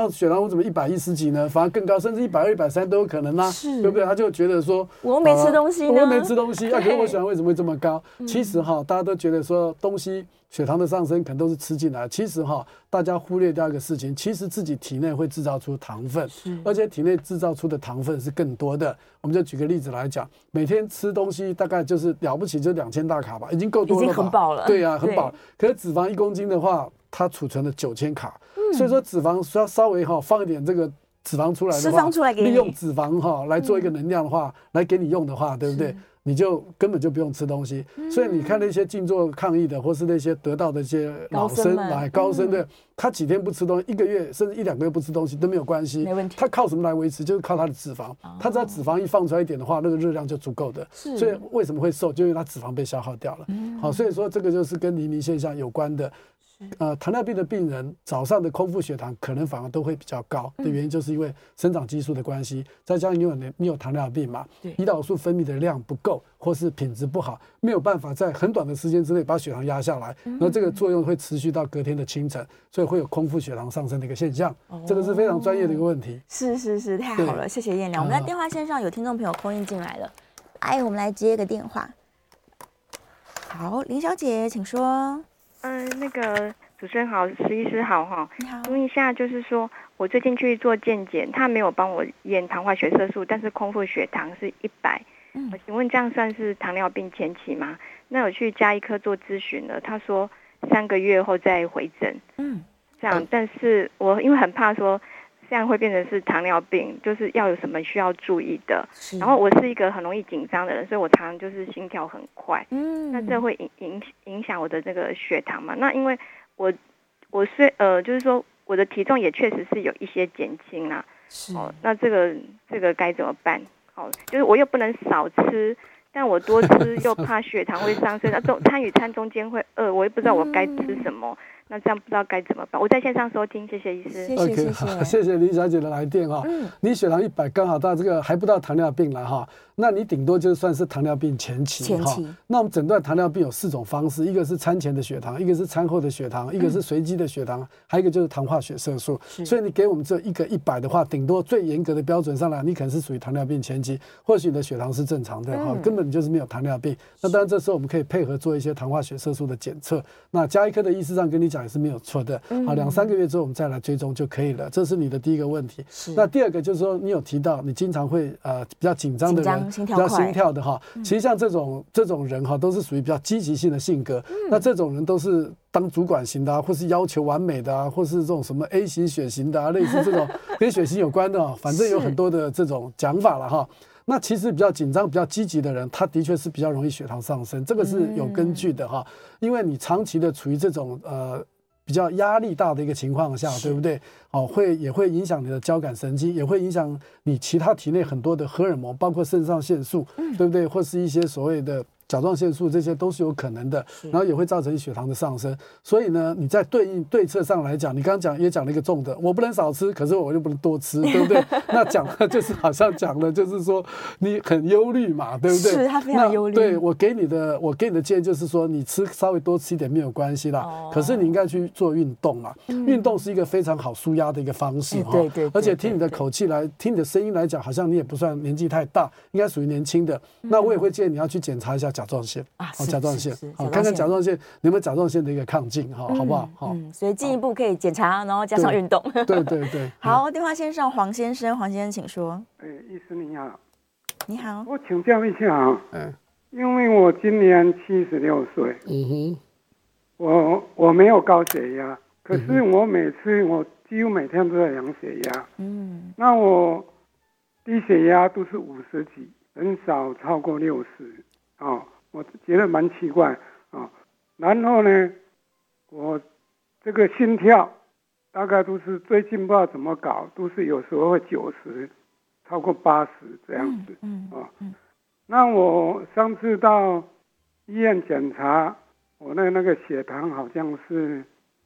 怎么110几呢？反而更高，甚至120、130都有可能啊，对不对？他就觉得说， 我又没吃东西呢， 我又没吃东西，可是我血糖为什么会这么高？其实大家都觉得说东西血糖的上升可能都是吃进来，其实大家忽略掉一个事情，其实自己体内会制造出糖分，而且体内制造出的糖分是更多的。我们就举个例子来讲，每天吃东西大概就是了不起就2000大卡吧，已经够多了吧， 已经很饱了。 对啊，很饱。可是脂肪1公斤的话，它储存了9000卡，所以说脂肪稍微放一点这个脂肪出来的话，利用脂肪来做一个能量的话，来给你用的话，对不对？你就根本就不用吃东西。所以你看那些静坐抗议的，或是那些得到的一些老生高僧的，他几天不吃东西，1个月甚至1、2个月不吃东西都没有关系， 没问题。 他靠什么来维持？就是靠他的脂肪。他只要脂肪一放出来一点的话，那个热量就足够的。所以为什么会瘦？就因为他脂肪被消耗掉了。好，所以说这个就是跟黎明现象有关的。糖尿病的病人早上的空腹血糖可能反而都会比较高的原因，就是因为生长激素的关系，再加上你有糖尿病嘛，胰岛素分泌的量不够，或是品质不好，没有办法在很短的时间之内把血糖压下来，然后这个作用会持续到隔天的清晨，所以会有空腹血糖上升的一个现象。这个是非常专业的一个问题。 是，太好了，谢谢燕良。我们在电话线上有听众朋友call in进来了，我们来接个电话。好，林小姐，请说。 那个主持人好，石医师好哈。 你好。 问一下，就是说我最近去做健检，他没有帮我验糖化血色素，但是空腹血糖是100。我请问这样算是糖尿病前期吗？那我去家医科做咨询了，他说3个月后再回诊。这样，但是我因为很怕说这样会变成是糖尿病，就是要有什么需要注意的。然后我是一个很容易紧张的人，所以我常常就是心跳很快。那这会影响我的这个血糖嘛？那因为我就是说我的体重也确实是有一些减轻啦。那这个该怎么办？就是我又不能少吃，但我多吃又怕血糖会上升。那餐与餐中间会饿，我也不知道我该吃什么。那这样不知道该怎么办？我在线上收听，谢谢医师。 OK， 好，谢谢林小姐的来电你血糖100，刚好到这个还不到糖尿病了那你顶多就算是糖尿病前期。那我们诊断糖尿病有4种方式，一个是餐前的血糖，一个是餐后的血糖，一个是随机的血糖，还有一个就是糖化血色素。所以你给我们这一个100的话，顶多最严格的标准上来，你可能是属于糖尿病前期，或许你的血糖是正常的根本就是没有糖尿病。那当然这时候我们可以配合做一些糖化血色素的检测。那家医科的医师上跟你讲也是没有错的。好，2、3个月之后我们再来追踪就可以了。这是你的第一个问题。那第二个就是说，你有提到你经常会比较紧张的人，比较心跳的其实像这种人都是属于比较积极性的性格。那这种人都是当主管型的或是要求完美的或是这种什么 A 型血型的类似这种跟血型有关的反正有很多的这种讲法了那其实比较紧张、比较积极的人，他的确是比较容易血糖上升，这个是有根据的因为你长期的处于这种比较压力大的一个情况下，对不对？也会影响你的交感神经，也会影响你其他体内很多的荷尔蒙，包括肾上腺素，对不对？或是一些所谓的甲状腺素，这些都是有可能的，然后也会造成血糖的上升。所以呢，你在对策上来讲，你刚刚也讲了一个重的，我不能少吃，可是我又不能多吃，对不对？那讲的就是好像讲的就是说你很忧虑嘛，对不对？ 是他非常忧虑。 对，我给你的建议就是说，你稍微多吃一点没有关系啦，可是你应该去做运动嘛。运动是一个非常好抒压的一个方式对， 而且听你的口气听你的声音来讲，好像你也不算年纪太大，应该属于年轻的。那我也会建议你要去检查一下甲状腺甲状腺看看甲状腺有没有甲状腺的一个亢进好不好所以进一步可以检查，然后加上运动。 对好，电话线上黄先生请说。 医师你好。 你好， 我请教一下因为我今年76岁，我没有高血压，可是我几乎每天都在量血压，那我低血压都是50几，很少超过60我觉得蛮奇怪然后呢，我这个心跳大概都是最近不知道怎么搞，都是有时候会90，超过80这样子那我上次到医院检查，我那个血糖好像是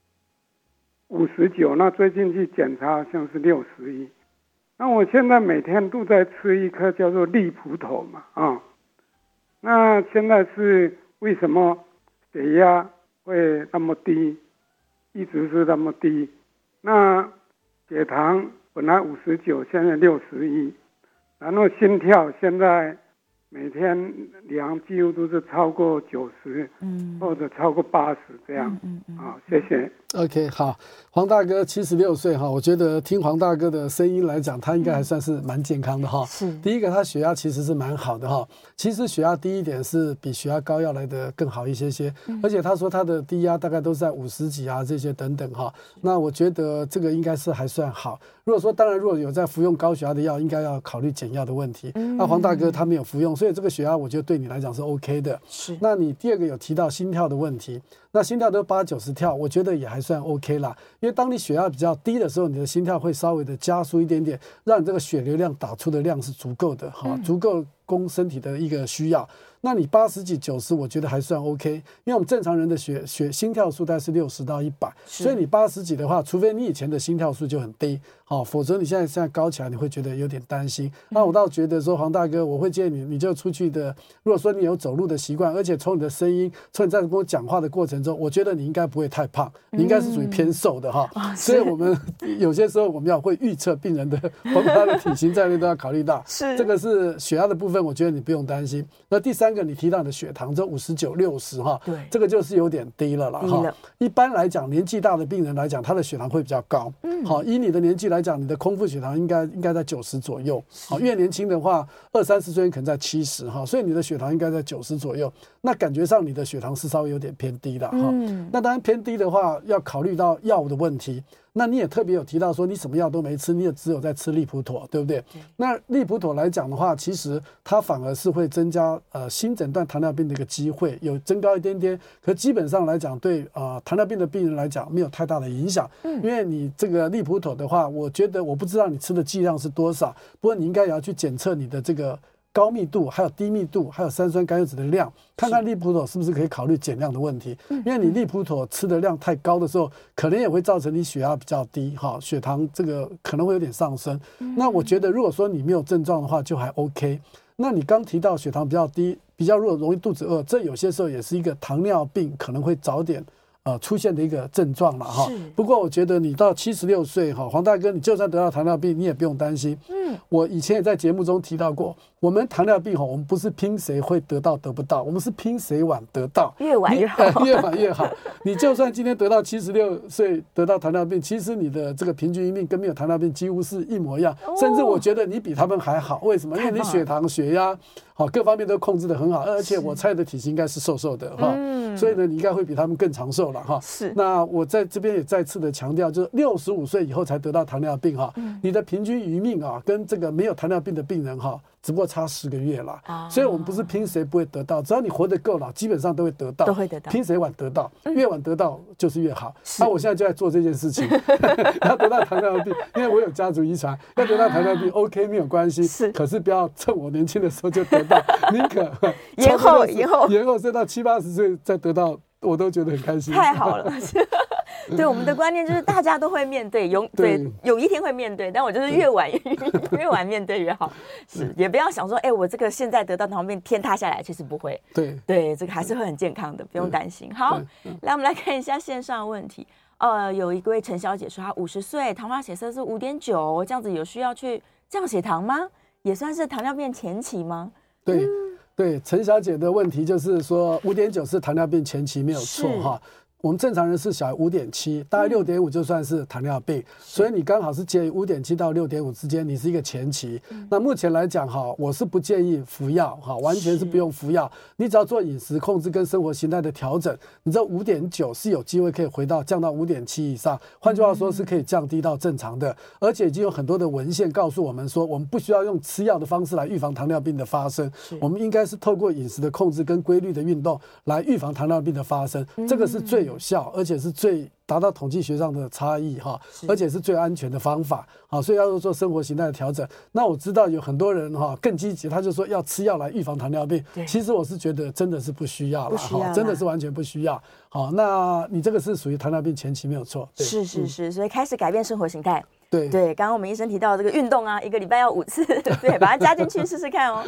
59，那最近去检查好像是61。那我现在每天都在吃一颗叫做利普妥嘛那现在是为什么血压会那么低，一直是那么低？那血糖本来59，现在61，然后心跳现在每天量几乎都是超过90，或者超过80这样。好，谢谢。 OK， 好，黄大哥76岁哈，我觉得听黄大哥的声音来讲，他应该还算是蛮健康的哈。 是， 第一个，他血压其实是蛮好的哈。其实血压低一点是比血压高要来的更好一些些，而且他说他的低压大概都是在50几啊这些等等哈。那我觉得这个应该是还算好。如果说当然如果有在服用高血压的药，应该要考虑减药的问题。那黄大哥他没有服用，所以这个血压我觉得对你来讲是 OK 的。 是。 那你第二个有提到心跳的问题。那心跳都80、90跳，我觉得也还算 OK 啦。因为当你血压比较低的时候，你的心跳会稍微的加速一点点，让你这个血流量打出的量是足够的，足够供身体的一个需要。那你80几、90，我觉得还算 OK， 因为我们正常人的心跳数大概是60到100，所以你80几的话，除非你以前的心跳数就很低，否则你现在高起来，你会觉得有点担心。那我倒觉得说，黄大哥，我会建议你就出去的。如果说你有走路的习惯，而且从你的声音，从你在跟我讲话的过程中，我觉得你应该不会太胖，你应该是属于偏瘦的哈。所以我们有些时候我们会预测病人的，包括他的体型在内都要考虑到。是这个是血压的部分，我觉得你不用担心。那第三个，你提到你的血糖这59、60哈，对，这个就是有点低了啦哈。一般来讲，年纪大的病人来讲，他的血糖会比较高。好，以你的年纪来讲，你的空腹血糖应该在90左右。好，越年轻的话，20、30岁可能在70哈，所以你的血糖应该在90左右。那感觉上你的血糖是稍微有点偏低的哈。那当然偏低的话，要考虑到药物的问题。那你也特别有提到说你什么药都没吃，你也只有在吃利普妥，对不对？那利普妥来讲的话，其实它反而是会增加新诊断糖尿病的一个机会，有增高一点点，可基本上来讲对糖尿病的病人来讲没有太大的影响。因为你这个利普妥的话，我觉得我不知道你吃的剂量是多少，不过你应该也要去检测你的这个高密度还有低密度还有三酸甘油酯的量，看看利普妥是不是可以考虑减量的问题。因为你利普妥吃的量太高的时候，可能也会造成你血压比较低，血糖这个可能会有点上升。那我觉得如果说你没有症状的话就还 OK。那你刚提到血糖比较低，比较容易肚子饿，这有些时候也是一个糖尿病可能会早点出现的一个症状了哈。不过我觉得你到76岁哈，黄大哥，你就算得到糖尿病，你也不用担心。我以前也在节目中提到过，我们糖尿病哈，我们不是拼谁会得到得不到，我们是拼谁晚得到， 越晚越好， 越晚越好。你就算今天得到76岁得到糖尿病，其实你的这个平均余命跟没有糖尿病几乎是一模一样，甚至我觉得你比他们还好。为什么？因为你血糖、血压好各方面都控制得很好，而且我猜的体型应该是瘦瘦的哈。所以呢，你应该会比他们更长寿了哈。是。那我在这边也再次的强调，就是65岁以后才得到糖尿病哈，你的平均余命啊，跟这个没有糖尿病的病人哈，只不过差10个月啦。所以我们不是拼谁不会得到，只要你活得够老，基本上都会得到，都会得到。拼谁晚得到，越晚得到就是越好。那我现在就在做这件事情，要得到糖尿病，因为我有家族遗传，要得到糖尿病 OK 没有关系，可是不要趁我年轻的时候就得到，宁可延后睡到70、80岁再得到，我都觉得很开心。 太好了。对，我们的观念就是大家都会面对，有一天会面对，但我就是越晚面对越好。是，也不要想说，我这个现在得到糖尿病天塌下来，其实不会。对，这个还是会很健康的，不用担心。好，来我们来看一下线上的问题。有一位陈小姐说，她50岁，糖化血色素5.9，这样子有需要去降血糖吗？也算是糖尿病前期吗？ 对，陈小姐的问题就是说5.9是糖尿病前期没有错哈。我们正常人是小于5.7，大概6.5就算是糖尿病，所以你刚好是介于5.7到6.5之间，你是一个前期。那目前来讲哈，我是不建议服药哈，完全是不用服药，你只要做饮食控制跟生活形态的调整，你这5.9是有机会可以降到5.7以上，换句话说是可以降低到正常的，而且已经有很多的文献告诉我们说，我们不需要用吃药的方式来预防糖尿病的发生，我们应该是透过饮食的控制跟规律的运动来预防糖尿病的发生，这个是最有效，而且是最达到统计学上的差异哈，而且是最安全的方法啊，所以要做生活形态的调整。那我知道有很多人哈更积极，他就说要吃药来预防糖尿病，其实我是觉得真的是不需要了哈，真的是完全不需要。好，那你这个是属于糖尿病前期没有错， 是，所以开始改变生活形态。对，刚刚我们医生提到这个运动啊，1个礼拜要5次，对，把它加进去试试看哦。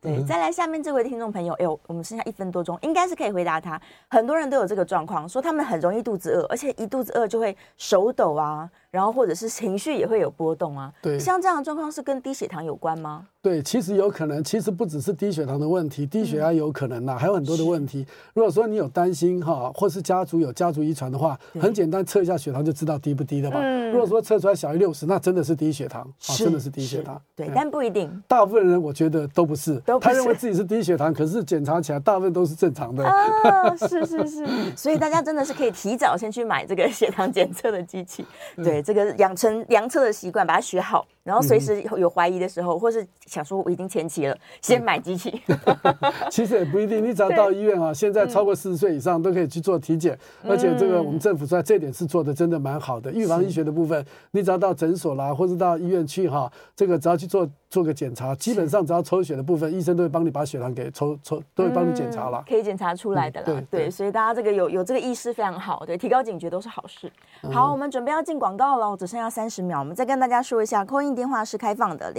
对，再来下面这位听众朋友，我们剩下1分多钟，应该是可以回答他。很多人都有这个状况，说他们很容易肚子饿，而且一肚子饿就会手抖啊，然后或者是情绪也会有波动啊。 对， 像这样的状况是跟低血糖有关吗？ 对，其实有可能，其实不只是低血糖的问题，低血压有可能啦，还有很多的问题。如果说你有担心哈，或是家族有家族遗传的话，很简单，测一下血糖就知道低不低了吧。如果说测出来小于60，那真的是低血糖，真的是低血糖。 对，但不一定。 大部分人我觉得都不是，他认为自己是低血糖，可是检查起来大部分都是正常的。 是，所以大家真的是可以提早先去买这个血糖检测的机器，对，这个养成量测的习惯，把它学好，然后随时有怀疑的时候，或是想说我已经前期了，先买机器。 其实也不一定，你只要到医院啊，现在超过40岁以上都可以去做体检，而且这个我们政府在这点是做的真的蛮好的。预防医学的部分，你只要到诊所啦，或是到医院去哈，这个只要去做个检查，基本上只要抽血的部分，医生都会帮你把血糖给抽，都会帮你检查啦， 可以检查出来的啦。对，所以大家这个有这个意识非常好，对，提高警觉都是好事。好，我们准备要进广告了，只剩下30秒，我们再跟大家说一下，call in电话是开放的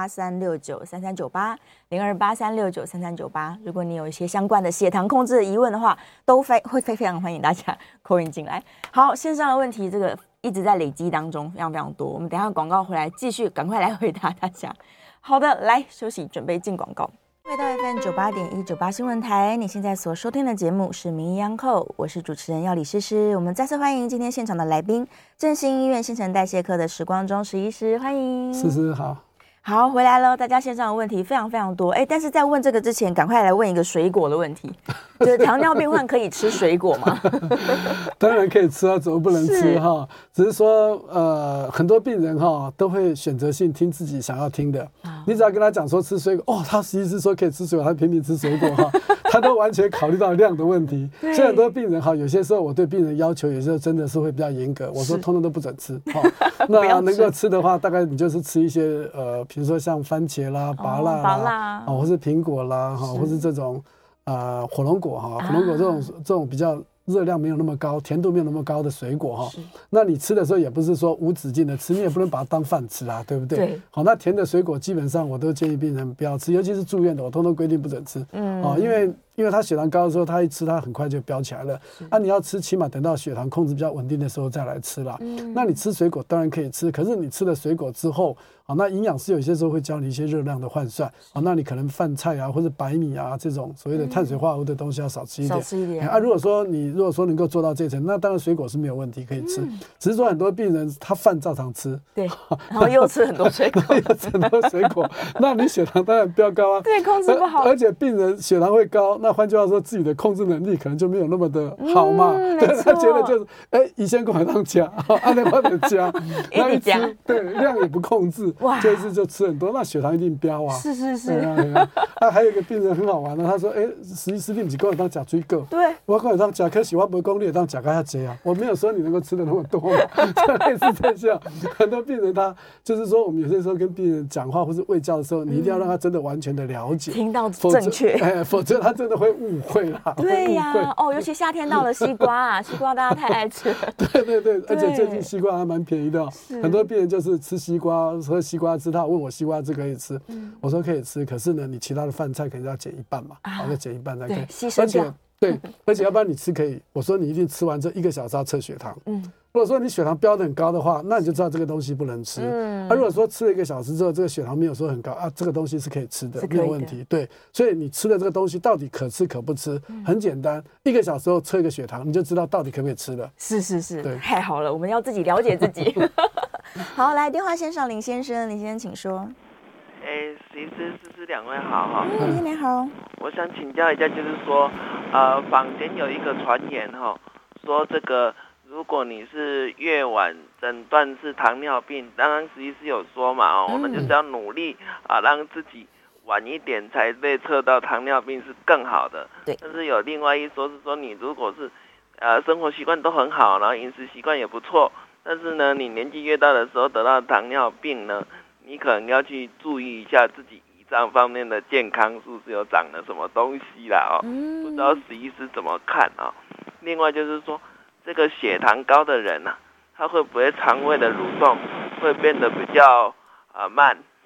，0283693398，0283693398。如果你有一些相关的血糖控制的疑问的话，都非常欢迎大家 call in 进来。好，线上的问题这个一直在累积当中，非常非常多。我们等一下广告回来继续赶快来回答大家。好的，来休息，准备进广告。回到 FM98.1 98新闻台，你现在所收听的节目是名医央叩，我是主持人药理诗诗。我们再次欢迎今天现场的来宾，振兴医院新陈代谢科的时光中石医师，欢迎。 诗诗好。 好，回来了，大家线上的问题非常非常多，但是在问这个之前，赶快来问一个水果的问题，就是糖尿病患可以吃水果吗？ 当然可以吃啊，怎么不能吃哈？只是说很多病人哈都会选择性听自己想要听的，你只要跟他讲说吃水果，他实际是说可以吃水果，他拼命吃水果哈，他都完全考虑到量的问题。所以很多病人哈，有些时候我对病人要求有时候真的是会比较严格，我说通通都不准吃哈。那能够吃的话，大概你就是吃一些比如说像番茄啦、芭乐啦，或是苹果啦，或是这种火龙果哈，火龙果这种比较热量没有那么高、甜度没有那么高的水果哈，那你吃的时候也不是说无止境的吃，你也不能把它当饭吃啊，对不对？对。好，那甜的水果基本上我都建议病人不要吃，尤其是住院的，我通通规定不准吃。因为他血糖高的时候，他一吃他很快就飙起来了。你要吃，起码等到血糖控制比较稳定的时候再来吃啦。那你吃水果当然可以吃，可是你吃了水果之后，那营养师有些时候会教你一些热量的换算。那你可能饭菜啊或者白米啊这种所谓的碳水化合物的东西要少吃一点。少吃一点。如果说能够做到这层，那当然水果是没有问题可以吃。只是说很多病人他饭照常吃， 对，然后又吃很多水果， 又吃很多水果，那你血糖当然飙高啊。 对，控制不好。 而且病人血糖会高，那换句话说，自己的控制能力可能就没有那么的好嘛。对，他觉得就是以前跟我让加，按那帮人加，那一吃对量也不控制，这一次就吃很多，那血糖一定飙啊。 是。 还有一个病人很好玩的，他说：“实际你不是跟我当假水果？对，我跟我当假，可是我没讲你当假个遐济啊，我没有说你能够吃的那么多嘛。”就类似这样，很多病人他就是说，我们有些时候跟病人讲话或是卫教的时候，你一定要让他真的完全的了解， 听到正确， 否则他真的会误会啦。 对呀，尤其夏天到了，西瓜大家太爱吃了。 对，而且最近西瓜还蛮便宜的，很多病人就是吃西瓜，喝西瓜汁，他问我西瓜汁可以吃，我说可以吃，可是呢，你其他的饭菜可能要减一半嘛，要减一半才可以， 牺牲掉。 而且要不然你吃可以，我说你一定吃完这1个小时要测血糖。如果说你血糖飙得很高的话，那你就知道这个东西不能吃。如果说吃了1个小时之后，这个血糖没有说很高这个东西是可以吃的，没有问题。对，所以你吃的这个东西到底可吃可不吃，很简单，1个小时后测一个血糖，你就知道到底可不可以吃了。 是，对，太好了，我们要自己了解自己。好，来电话线上林先生请说。 石师两位好哈。 你好。 我想请教一下，就是说，坊间有一个传言哈，说这个如果你是越晚诊断是糖尿病，当然石医师有说嘛我们就是要努力让自己晚一点才被测到糖尿病是更好的。对。但是有另外一说是说，你如果是生活习惯都很好，然后饮食习惯也不错，但是呢，你年纪越大的时候得到糖尿病呢，你可能要去注意一下自己胰脏方面的健康是不是有长了什么东西啦不知道石医师怎么看另外就是说，这个血糖高的人他会不会肠胃的蠕动会变得比较慢，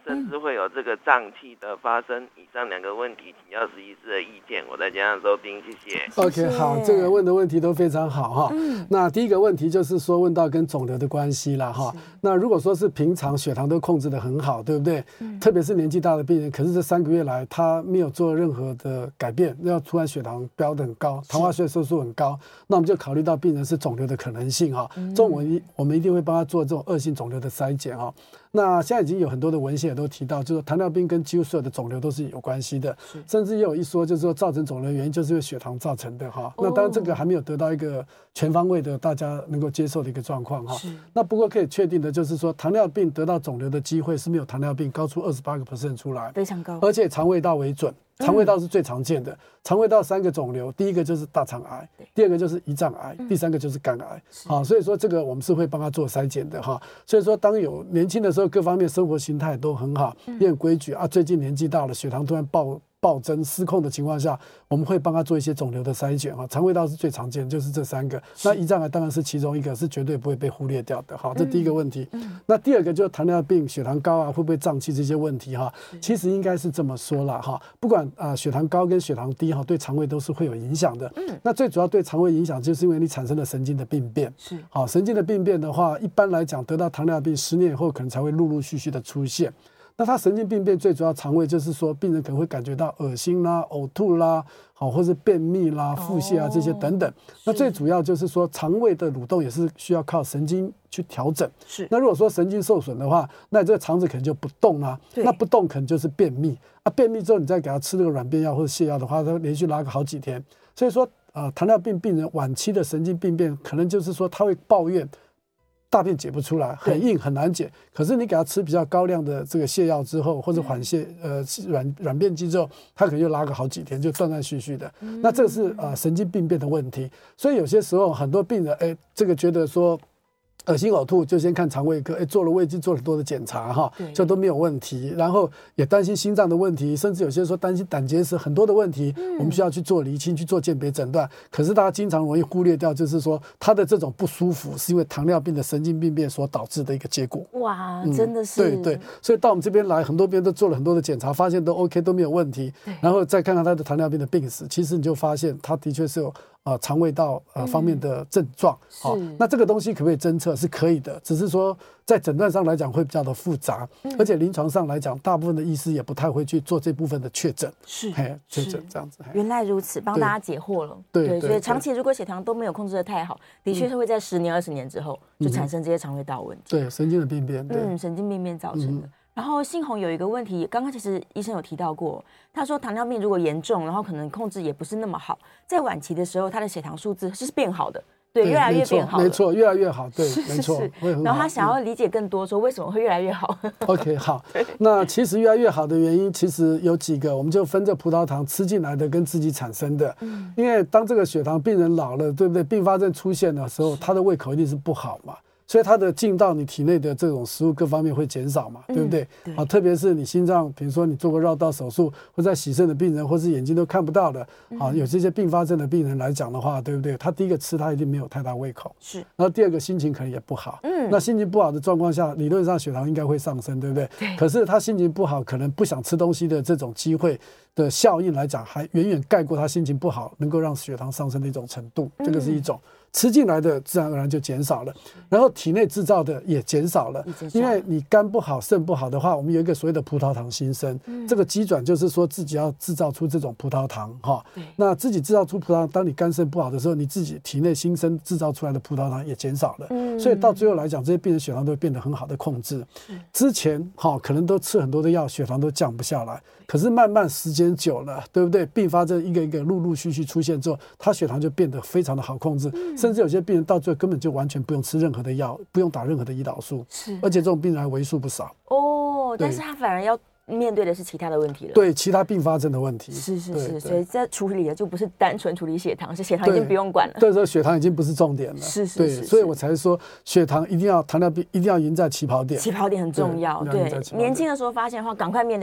甚至会有这个胀气的发生。以上2个问题，请教石医师的意见，我在家上收听，谢谢。 OK， 好，这个问的问题都非常好哈。那第一个问题就是说问到跟肿瘤的关系啦哈。那如果说是平常血糖都控制得很好，对不对？特别是年纪大的病人，可是这3个月来他没有做任何的改变，要突然血糖飙得很高，糖化血色素很高，那我们就考虑到病人是肿瘤的可能性哈。这种我们一定会帮他做这种恶性肿瘤的筛检哈。那现在已经有很多的文献也都提到，就是糖尿病跟几乎所有的肿瘤都是有关系的，甚至也有一说就是说造成肿瘤的原因就是因为血糖造成的哈。那当然这个还没有得到一个全方位的大家能够接受的一个状况哈。那不过可以确定的就是说，糖尿病得到肿瘤的机会是没有糖尿病高出28% 出来， 非常高， 而且肠胃道为准。肠胃道是最常见的，肠胃道3个肿瘤，第一个就是大肠癌，第2个就是胰脏癌，第3个就是肝癌。好，所以说这个我们是会帮他做筛检的哈。所以说当有年轻的时候，各方面生活形态都很好，也很规矩啊，最近年纪大了，血糖突然暴增失控的情况下，我们会帮他做一些肿瘤的筛检哈。肠胃道是最常见，就是这3个。那胰脏癌当然是其中一个，是绝对不会被忽略掉的哈。这第一个问题。那第2个就是糖尿病、血糖高啊，会不会胀气这些问题哈？其实应该是这么说啦哈。不管血糖高跟血糖低哈，对肠胃都是会有影响的。那最主要对肠胃影响，就是因为你产生了神经的病变。好，神经的病变的话，一般来讲得到糖尿病10年以后，可能才会陆陆续续的出现。那它神经病变最主要肠胃就是说，病人可能会感觉到恶心啦、呕吐啦，好，或是便秘啦、腹泻啊这些等等。那最主要就是说，肠胃的蠕动也是需要靠神经去调整。那如果说神经受损的话，那这个肠子可能就不动啦。那不动可能就是便秘啊。便秘之后，你再给他吃这个软便药或者泻药的话，他连续拉个好几天。所以说，糖尿病病人晚期的神经病变，可能就是说他会抱怨。大便解不出来，很硬很难解。可是你给他吃比较高量的这个泻药之后，或者缓泻软便剂之后，他可能就拉个好几天，就断断续续的。那这个是神经病变的问题。所以有些时候很多病人这个觉得说恶心呕吐，就先看肠胃科，做了胃镜，做了很多的检查哈，就都没有问题。然后也担心心脏的问题，甚至有些时候担心胆结石，很多的问题，我们需要去做厘清，去做鉴别诊断。可是大家经常容易忽略掉，就是说他的这种不舒服是因为糖尿病的神经病变所导致的一个结果。 哇，真的是对，所以到我们这边来，很多病人都做了很多的检查，发现都 OK， 都没有问题。然后再看看他的糖尿病的病史，其实你就发现他的确是有肠胃道方面的症状。那这个东西可不可以侦测？是可以的，只是说在诊断上来讲会比较的复杂，而且临床上来讲，大部分的医师也不太会去做这部分的确诊。确诊这样子。 原来如此，帮大家解惑了。对，所以长期如果血糖都没有控制得太好，的确是会在10年、20年之后就产生这些肠胃道问题。 对，神经的病变。 神经病变造成的。然后信宏有一个问题，刚刚其实医生有提到过，他说糖尿病如果严重，然后可能控制也不是那么好，在晚期的时候，他的血糖数字是变好的。对，越来越变好， 没错，越来越好，对，没错。 然后他想要理解更多，说为什么会越来越好。 OK， 好，那其实越来越好的原因，其实有几个，我们就分这葡萄糖吃进来的跟自己产生的。因为当这个血糖病人老了，对不对？并发症出现的时候，他的胃口一定是不好嘛。所以它的进到你体内的这种食物各方面会减少嘛，对不对？特别是你心脏，比如说你做过绕道手术，或在洗肾的病人，或是眼睛都看不到的，有这些并发症的病人来讲的话，对不对？他第一个吃，他一定没有太大胃口，是。然后第二个心情可能也不好，那心情不好的状况下，理论上血糖应该会上升，对不对？可是他心情不好，可能不想吃东西的这种机会的效应来讲，还远远盖过他心情不好能够让血糖上升的一种程度，这个是一种。吃进来的自然而然就减少了，然后体内制造的也减少了，因为你肝不好、肾不好的话，我们有一个所谓的葡萄糖新生，这个机转就是说自己要制造出这种葡萄糖哈。那自己制造出葡萄糖，当你肝肾不好的时候，你自己体内新生制造出来的葡萄糖也减少了，所以到最后来讲，这些病人血糖都会变得很好的控制。之前可能都吃很多的药，血糖都降不下来。可是慢慢时间久了，对不对？并发症一个一个陆陆续续出现之后，他血糖就变得非常的好控制，甚至有些病人到最后根本就完全不用吃任何的药，不用打任何的胰岛素，而且这种病人还为数不少。 但是他反而要面对的是其他的问题了， 对，其他并发症的问题， 是，所以在处理的就不是单纯处理血糖，是血糖已经不用管了， 对，这血糖已经不是重点了， 是， 所以我才说血糖一定要糖尿病一定要赢在起跑点， 起跑点很重要，对，年轻的时候发现的话，赶快面对它，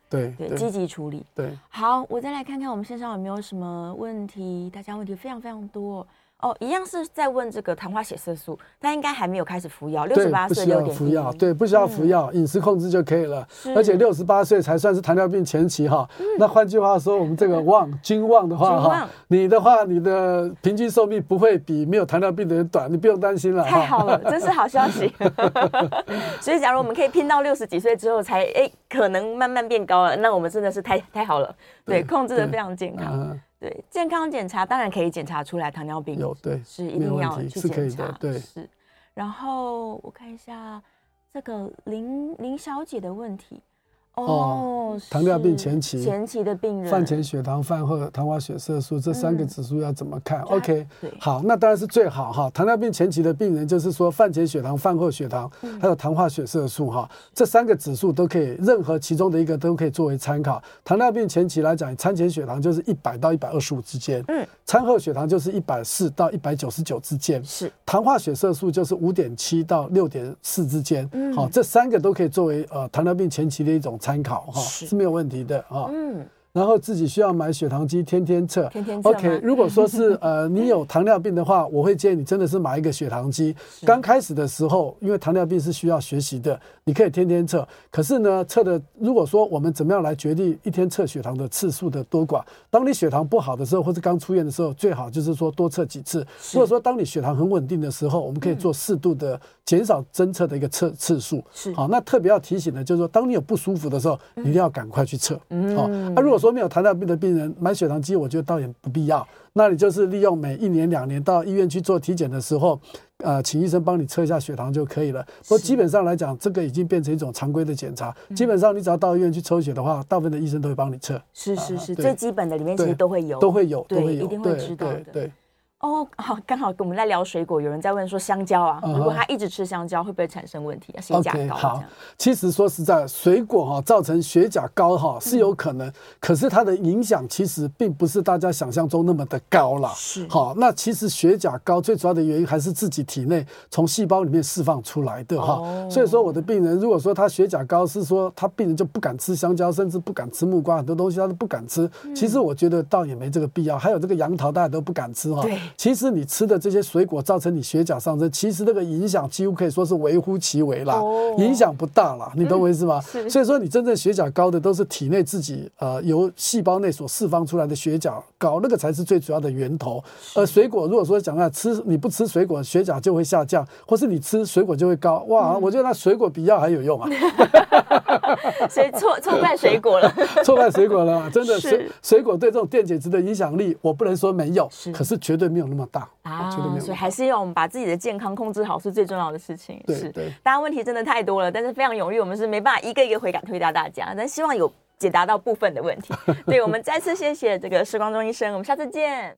对， 积极处理。 对， 好，我再来看看我们线上有没有什么问题，大家问题非常非常多。一样是在问这个糖化血色素，他应该还没有开始服药，68岁6.1， 服药，对，不需要服药，饮食控制就可以了。而且68岁才算是糖尿病前期哈。那换句话说，我们这个均旺的话哈，你的平均寿命不会比没有糖尿病的人短，你不用担心了。 太好了，真是好消息。所以，假如我们可以拼到60几岁之后才可能慢慢变高了，那我们真的是太好了。对，控制的非常健康。对，健康检查当然可以检查出来糖尿病， 对， 是一定要去检查， 对， 是。然后我看一下这个林小姐的问题， 糖尿病前期的病人， 饭前血糖、饭后糖化血色素这3个指数要怎么看？OK， 好，那当然是最好哈。糖尿病前期的病人就是说饭前血糖、饭后血糖，还有糖化血色素哈，这3个指数都可以，任何其中的一个都可以作为参考。糖尿病前期来讲，餐前血糖就是100到125之间，餐后血糖就是140到199之间， 是糖化血色素就是5.7到6.4之间，好，这3个都可以作为糖尿病前期的一种参考哈，是没有问题的哈。然后自己需要买血糖机，天天测。OK， 如果说是你有糖尿病的话，我会建议你真的是买一个血糖机。刚开始的时候，因为糖尿病是需要学习的，你可以天天测。可是呢，如果说我们怎么样来决定一天测血糖的次数的多寡？当你血糖不好的时候，或是刚出院的时候，最好就是说多测几次。如果说当你血糖很稳定的时候，我们可以做适度的减少侦测的一个次数。好，那特别要提醒的就是说，当你有不舒服的时候，你一定要赶快去测。那如果说没有糖尿病的病人买血糖机，我觉得倒也不必要。那你就是利用每1年2年到医院去做体检的时候，请医生帮你测一下血糖就可以了。不过基本上来讲，这个已经变成一种常规的检查。基本上你只要到医院去抽血的话，大部分的医生都会帮你测。 是，最基本的里面其实都会有，一定会知道的。 对。 好，刚好我们在聊水果，有人在问说香蕉啊，如果他一直吃香蕉，会不会产生问题啊？血钾高。 好，其实说实在，水果造成血钾高是有可能，可是它的影响其实并不是大家想象中那么的高啦。 是。 好，那其实血钾高最主要的原因还是自己体内从细胞里面释放出来的所以说我的病人如果说他血钾高，是说他病人就不敢吃香蕉，甚至不敢吃木瓜，很多东西他都不敢吃。其实我觉得倒也没这个必要。还有这个杨桃大家都不敢吃对。 其实你吃的这些水果造成你血钾上升，其实那个影响几乎可以说是微乎其微啦，影响不大啦，你懂我意思吗？所以说你真正血钾高的都是体内自己由细胞内所释放出来的血钾高，那个才是最主要的源头。水果如果说讲你不吃水果血钾就会下降，或是你吃水果就会高，哇，我觉得那水果比药还有用啊。 所以错怪水果了， 错怪水果了，真的是水果对这种电解质的影响力，我不能说没有，可是绝对没有那么大。 所以还是要我们把自己的健康控制好是最重要的事情。 对， 大家问题真的太多了，但是非常踊跃，我们是没办法一个一个回答大家，但希望有解答到部分的问题。对，我们再次谢谢这个时光中医生，我们下次见。